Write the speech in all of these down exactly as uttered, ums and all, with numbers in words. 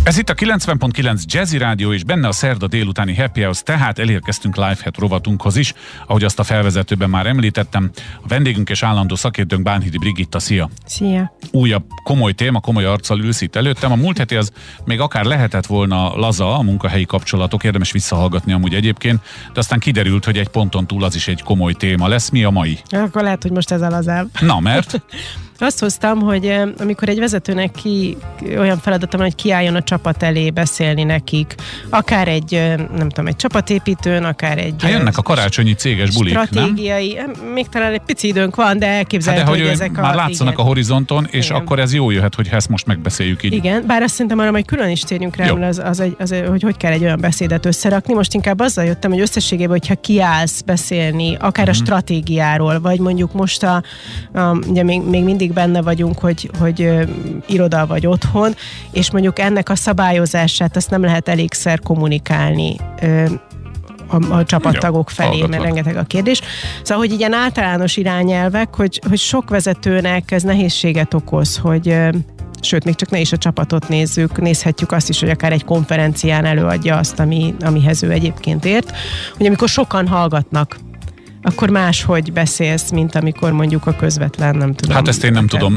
Ez itt a kilencven pont kilenc Jazzy Rádió, és benne a szerda délutáni Happy House, tehát elérkeztünk Lifehack rovatunkhoz is, ahogy azt a felvezetőben már említettem. A vendégünk és állandó szakértőnk Bánhidi Brigitta, szia! Szia! Újabb komoly téma, komoly arccal ülsz itt előttem. A múlt heti az még akár lehetett volna laza, a munkahelyi kapcsolatok, érdemes visszahallgatni amúgy egyébként, de aztán kiderült, hogy egy ponton túl az is egy komoly téma lesz. Mi a mai? Akkor lehet, hogy most ez a lazább. Na, mert? Azt hoztam, hogy amikor egy vezetőnek ki, olyan feladata van, hogy kiálljon a csapat elé beszélni nekik, akár egy, nem tudom, egy csapatépítőn, akár egy... Hát jönnek a karácsonyi céges bulik, stratégiai, nem? Még talán egy pici időnk van, de elképzelhető, hát de, hogy, hogy ezek már a... látszanak igen. a horizonton, és igen. Akkor ez jó jöhet, hogy ezt most megbeszéljük így. Igen, bár azt szerintem arra majd külön is térjünk rá, az, az, az, az, hogy hogy kell egy olyan beszédet összerakni. Most inkább azzal jöttem, hogy összességében, hogyha kiállsz beszélni, akár uh-huh. a stratégiáról, vagy mondjuk most a, a ugye még, még mindig benne vagyunk, hogy, hogy ö, iroda vagy otthon, és mondjuk ennek a szabályozását azt nem lehet elégszer kommunikálni ö, a, a csapattagok felé, hallgatlak. Mert rengeteg a kérdés. Szóval, hogy ilyen általános irányelvek, hogy, hogy sok vezetőnek ez nehézséget okoz, hogy ö, sőt, még csak ne is a csapatot nézzük, nézhetjük azt is, hogy akár egy konferencián előadja azt, ami, amihez ő egyébként ért, hogy amikor sokan hallgatnak, akkor máshogy beszélsz, mint amikor mondjuk a közvetlen, nem tudom. Hát ezt én nem tudom.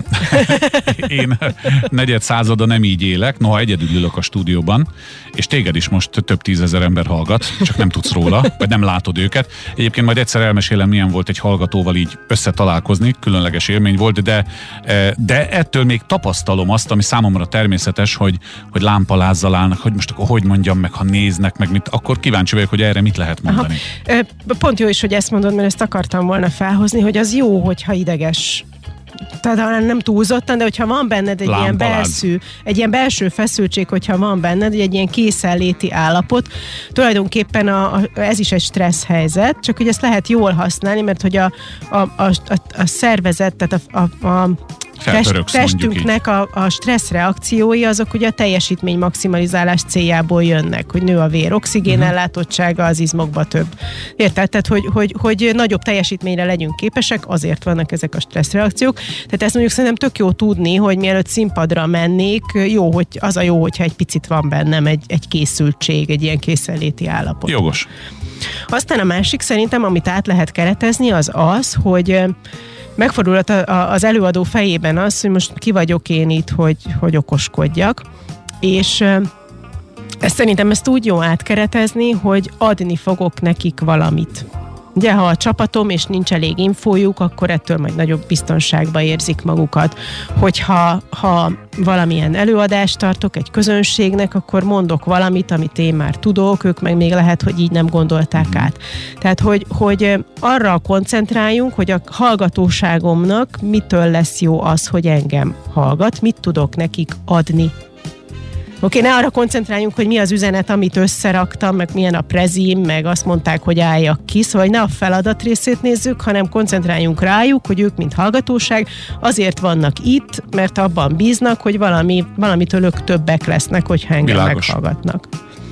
Én negyed százada nem így élek, noha egyedül ülök a stúdióban, és téged is most több tízezer ember hallgat, csak nem tudsz róla, vagy nem látod őket. Egyébként majd egyszer elmesélem, milyen volt egy hallgatóval így összetalálkozni, különleges élmény volt, de, de ettől még tapasztalom azt, ami számomra természetes, hogy, hogy lámpalázzal állnak, hogy most akkor hogy mondjam meg, ha néznek meg, mit, akkor kíváncsi vagyok, hogy erre mit lehet mondani. Aha. Pont jó is, hogy ezt mondod, mert ezt akartam volna felhozni, hogy az jó, hogyha ideges. Tehát nem túlzottan, de hogyha van benned egy ilyen, belső, egy ilyen belső feszültség, hogyha van benned, egy ilyen készenléti állapot, tulajdonképpen a, a, ez is egy stressz helyzet, csak hogy ezt lehet jól használni, mert hogy a, a, a, a szervezet, tehát a, a, a Test, testünknek a, a stressz reakciói azok ugye a teljesítmény maximalizálás céljából jönnek, hogy nő a vér oxigén ellátottsága, az izmokba több. Érted? Tehát, hogy, hogy, hogy nagyobb teljesítményre legyünk képesek, azért vannak ezek a stressz reakciók. Tehát ezt mondjuk szerintem tök jó tudni, hogy mielőtt színpadra mennék, jó, hogy az a jó, hogyha egy picit van bennem egy, egy készültség, egy ilyen készenléti állapot. Jogos. Aztán a másik szerintem, amit át lehet keretezni, az az, hogy megfordulhat az előadó fejében az, hogy most ki vagyok én itt, hogy, hogy okoskodjak, és ezt szerintem ezt úgy jó átkeretezni, hogy adni fogok nekik valamit. Ugye, ha a csapatom és nincs elég infójuk, akkor ettől majd nagyobb biztonságba érzik magukat. Hogyha ha valamilyen előadást tartok egy közönségnek, akkor mondok valamit, amit én már tudok, ők meg még lehet, hogy így nem gondolták mm. át. Tehát, hogy, hogy arra koncentráljunk, hogy a hallgatóságomnak mitől lesz jó az, hogy engem hallgat, mit tudok nekik adni. Oké, okay, ne arra koncentráljunk, hogy mi az üzenet, amit összeraktam, meg milyen a prezim, meg azt mondták, hogy álljak ki, szóval ne a feladat részét nézzük, hanem koncentráljunk rájuk, hogy ők, mint hallgatóság, azért vannak itt, mert abban bíznak, hogy valami, valamitől ők többek lesznek, hogyha engem Világos. Meghallgatnak.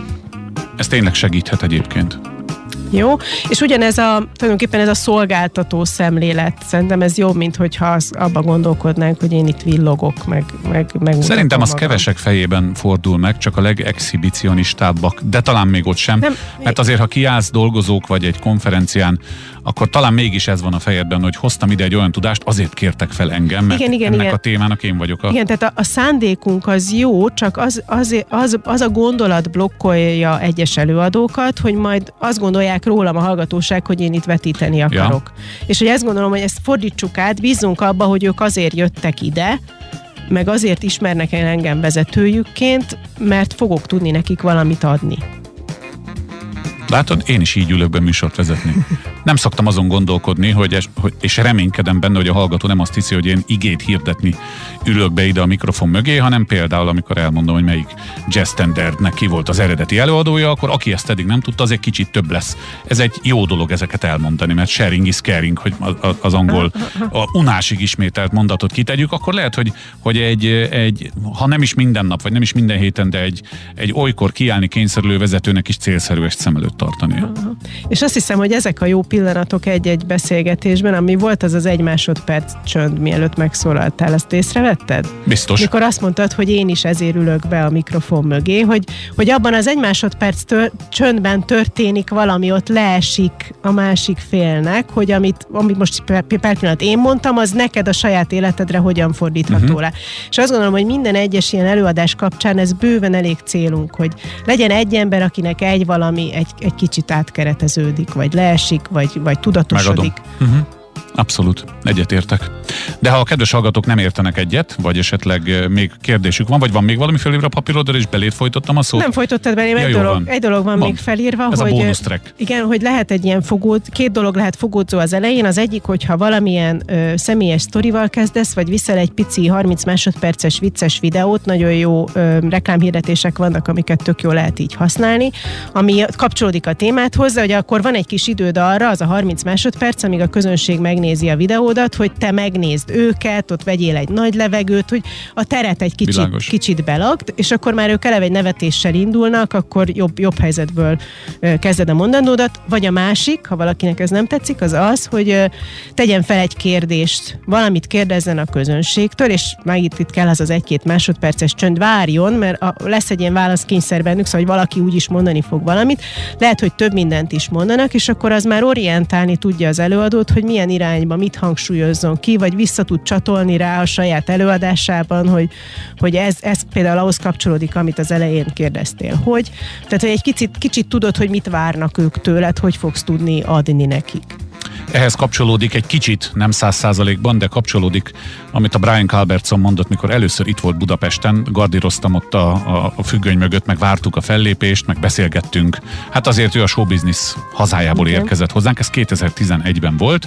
Ez tényleg segíthet egyébként. Jó, és ugyanez a, tulajdonképpen ez a szolgáltató szemlélet, szerintem ez jobb, mint hogyha abba gondolkodnánk, hogy én itt villogok, meg, meg, meg Szerintem az magam. Kevesek fejében fordul meg, csak a legexhibicionistábbak, de talán még ott sem, nem, mert azért, ha kiállsz dolgozók vagy egy konferencián, akkor talán mégis ez van a fejedben, hogy hoztam ide egy olyan tudást, azért kértek fel engem, mert igen, igen, ennek igen. a témának én vagyok a... Igen, tehát a, a szándékunk az jó, csak az, az, az, az a gondolat blokkolja egyes előadókat, hogy majd azt gondolják rólam a hallgatóság, hogy én itt vetíteni akarok. Ja. És hogy ezt gondolom, hogy ezt fordítsuk át, bízzunk abba, hogy ők azért jöttek ide, meg azért ismernek el engem vezetőjükként, mert fogok tudni nekik valamit adni. Látod, én is így ülök be műsort vezetni. Nem szoktam azon gondolkodni, hogy es, hogy, és reménykedem benne, hogy a hallgató nem azt hiszi, hogy én igét hirdetni ülök be ide a mikrofon mögé, hanem például, amikor elmondom, hogy melyik jazz standardnek ki volt az eredeti előadója, akkor aki ezt eddig nem tudta, az egy kicsit több lesz. Ez egy jó dolog ezeket elmondani, mert sharing is caring, hogy az angol a unásig ismételt mondatot kitegyük, akkor lehet, hogy, hogy egy, egy, ha nem is minden nap, vagy nem is minden héten, de egy, egy olykor kiállni kényszerülő vezetőnek is célszerű ezt szem előtt tartani. És azt hiszem, hogy ezek a jó pillanatok egy-egy beszélgetésben, ami volt az az egy másodperc csönd, mielőtt megszólaltál, azt észrevetted? Biztos. Mikor azt mondtad, hogy én is ezért ülök be a mikrofon mögé, hogy, hogy abban az egy másodperc tör, csöndben történik valami, ott leesik a másik félnek, hogy amit, amit most per, per pillanat én mondtam, az neked a saját életedre hogyan fordítható uh-huh. le. És azt gondolom, hogy minden egyes ilyen előadás kapcsán ez bőven elég célunk, hogy legyen egy ember, akinek egy valami egy, egy kicsit átkereteződik, vagy leesik, vagy, vagy tudatosodik. Uh-huh. Abszolút, egyetértek. De ha a kedves hallgatók nem értenek egyet, vagy esetleg még kérdésük van, vagy van még valami felírva a papírodra, és belét folytottam a szót? Nem folytottad belém, ja, egy, dolog, van. egy dolog van, van még felírva, ez hogy, a bónusz track. Igen, hogy lehet egy ilyen fogód, két dolog lehet fogódzó az elején, az egyik, hogyha valamilyen ö, személyes sztorival kezdesz, vagy viszel egy pici harminc másodperces vicces videót, nagyon jó ö, reklámhirdetések vannak, amiket tök jól lehet így használni, ami kapcsolódik a témáthoz, de hogy akkor van egy kis időd arra, az a harminc másodperc, amíg a közönség megnézi a videódat, hogy te megnézd őket, ott vegyél egy nagy levegőt, hogy a teret egy kicsit, kicsit belagd, és akkor már ők eleve egy nevetéssel indulnak, akkor jobb, jobb helyzetből kezded a mondandódat, vagy a másik, ha valakinek ez nem tetszik, az az, hogy tegyen fel egy kérdést, valamit kérdezzen a közönségtől, és meg itt, itt kell az az egy-két másodperces csönd, várjon, mert a, lesz egy ilyen válaszkényszer bennük, szóval hogy valaki úgy is mondani fog valamit, lehet, hogy több mindent is mondanak, és akkor az már orientálni tudja az előadót, hogy milyen irányba, mit hangsúlyozzon ki, vagy vissza tud csatolni rá a saját előadásában, hogy, hogy ez, ez például ahhoz kapcsolódik, amit az elején kérdeztél. Hogy? Tehát, hogy egy kicsit, kicsit tudod, hogy mit várnak ők tőled, hogy fogsz tudni adni nekik. Ehhez kapcsolódik egy kicsit, nem száz százalékban, de kapcsolódik, amit a Brian Culbertson mondott, mikor először itt volt Budapesten, gardíroztam ott a, a, a függöny mögött, meg vártuk a fellépést, meg beszélgettünk. Hát azért ő a showbiznisz hazájából okay. érkezett hozzánk, ez kétezer-tizenegyben volt,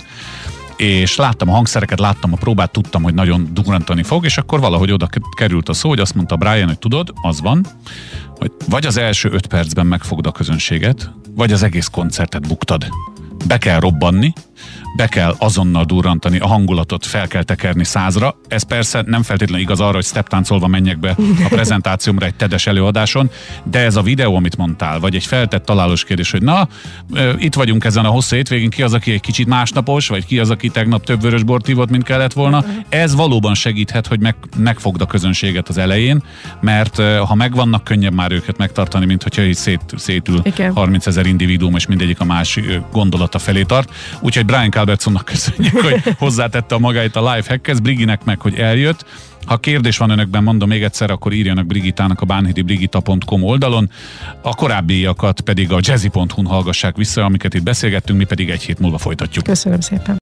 és láttam a hangszereket, láttam a próbát, tudtam, hogy nagyon durrantani fog, és akkor valahogy oda került a szó, hogy azt mondta Brian, hogy tudod, az van, hogy vagy az első öt percben megfogd a közönséget, vagy az egész koncertet buktad. Be kell robbanni, be kell azonnal durrantani, a hangulatot fel kell tekerni százra. Ez persze nem feltétlenül igaz arra, hogy step-táncolva menjek be a prezentációmra egy tedes előadáson, de ez a videó, amit mondtál, vagy egy feltett találós kérdés, hogy na, itt vagyunk ezen a hosszú hétvégén, ki az, aki egy kicsit másnapos, vagy ki az, aki tegnap több vörös bort ivott, mint kellett volna. Ez valóban segíthet, hogy meg, megfogd a közönséget az elején, mert ha megvannak, könnyebb már őket megtartani, mint hogyha így szét, szétül harmincezer individuum, és mindegyik a más gondolata felé tart. Úgyhogy Brian Culbertsonnak köszönjük, hogy hozzátette a magáit a lifehackhez, Briginek meg, hogy eljött. Ha kérdés van önökben, mondom még egyszer, akkor írjanak Brigitának a bánhidi brigita pont com oldalon. A korábbiakat pedig a jazzy pont hu-n hallgassák vissza, amiket itt beszélgettünk, mi pedig egy hét múlva folytatjuk. Köszönöm szépen.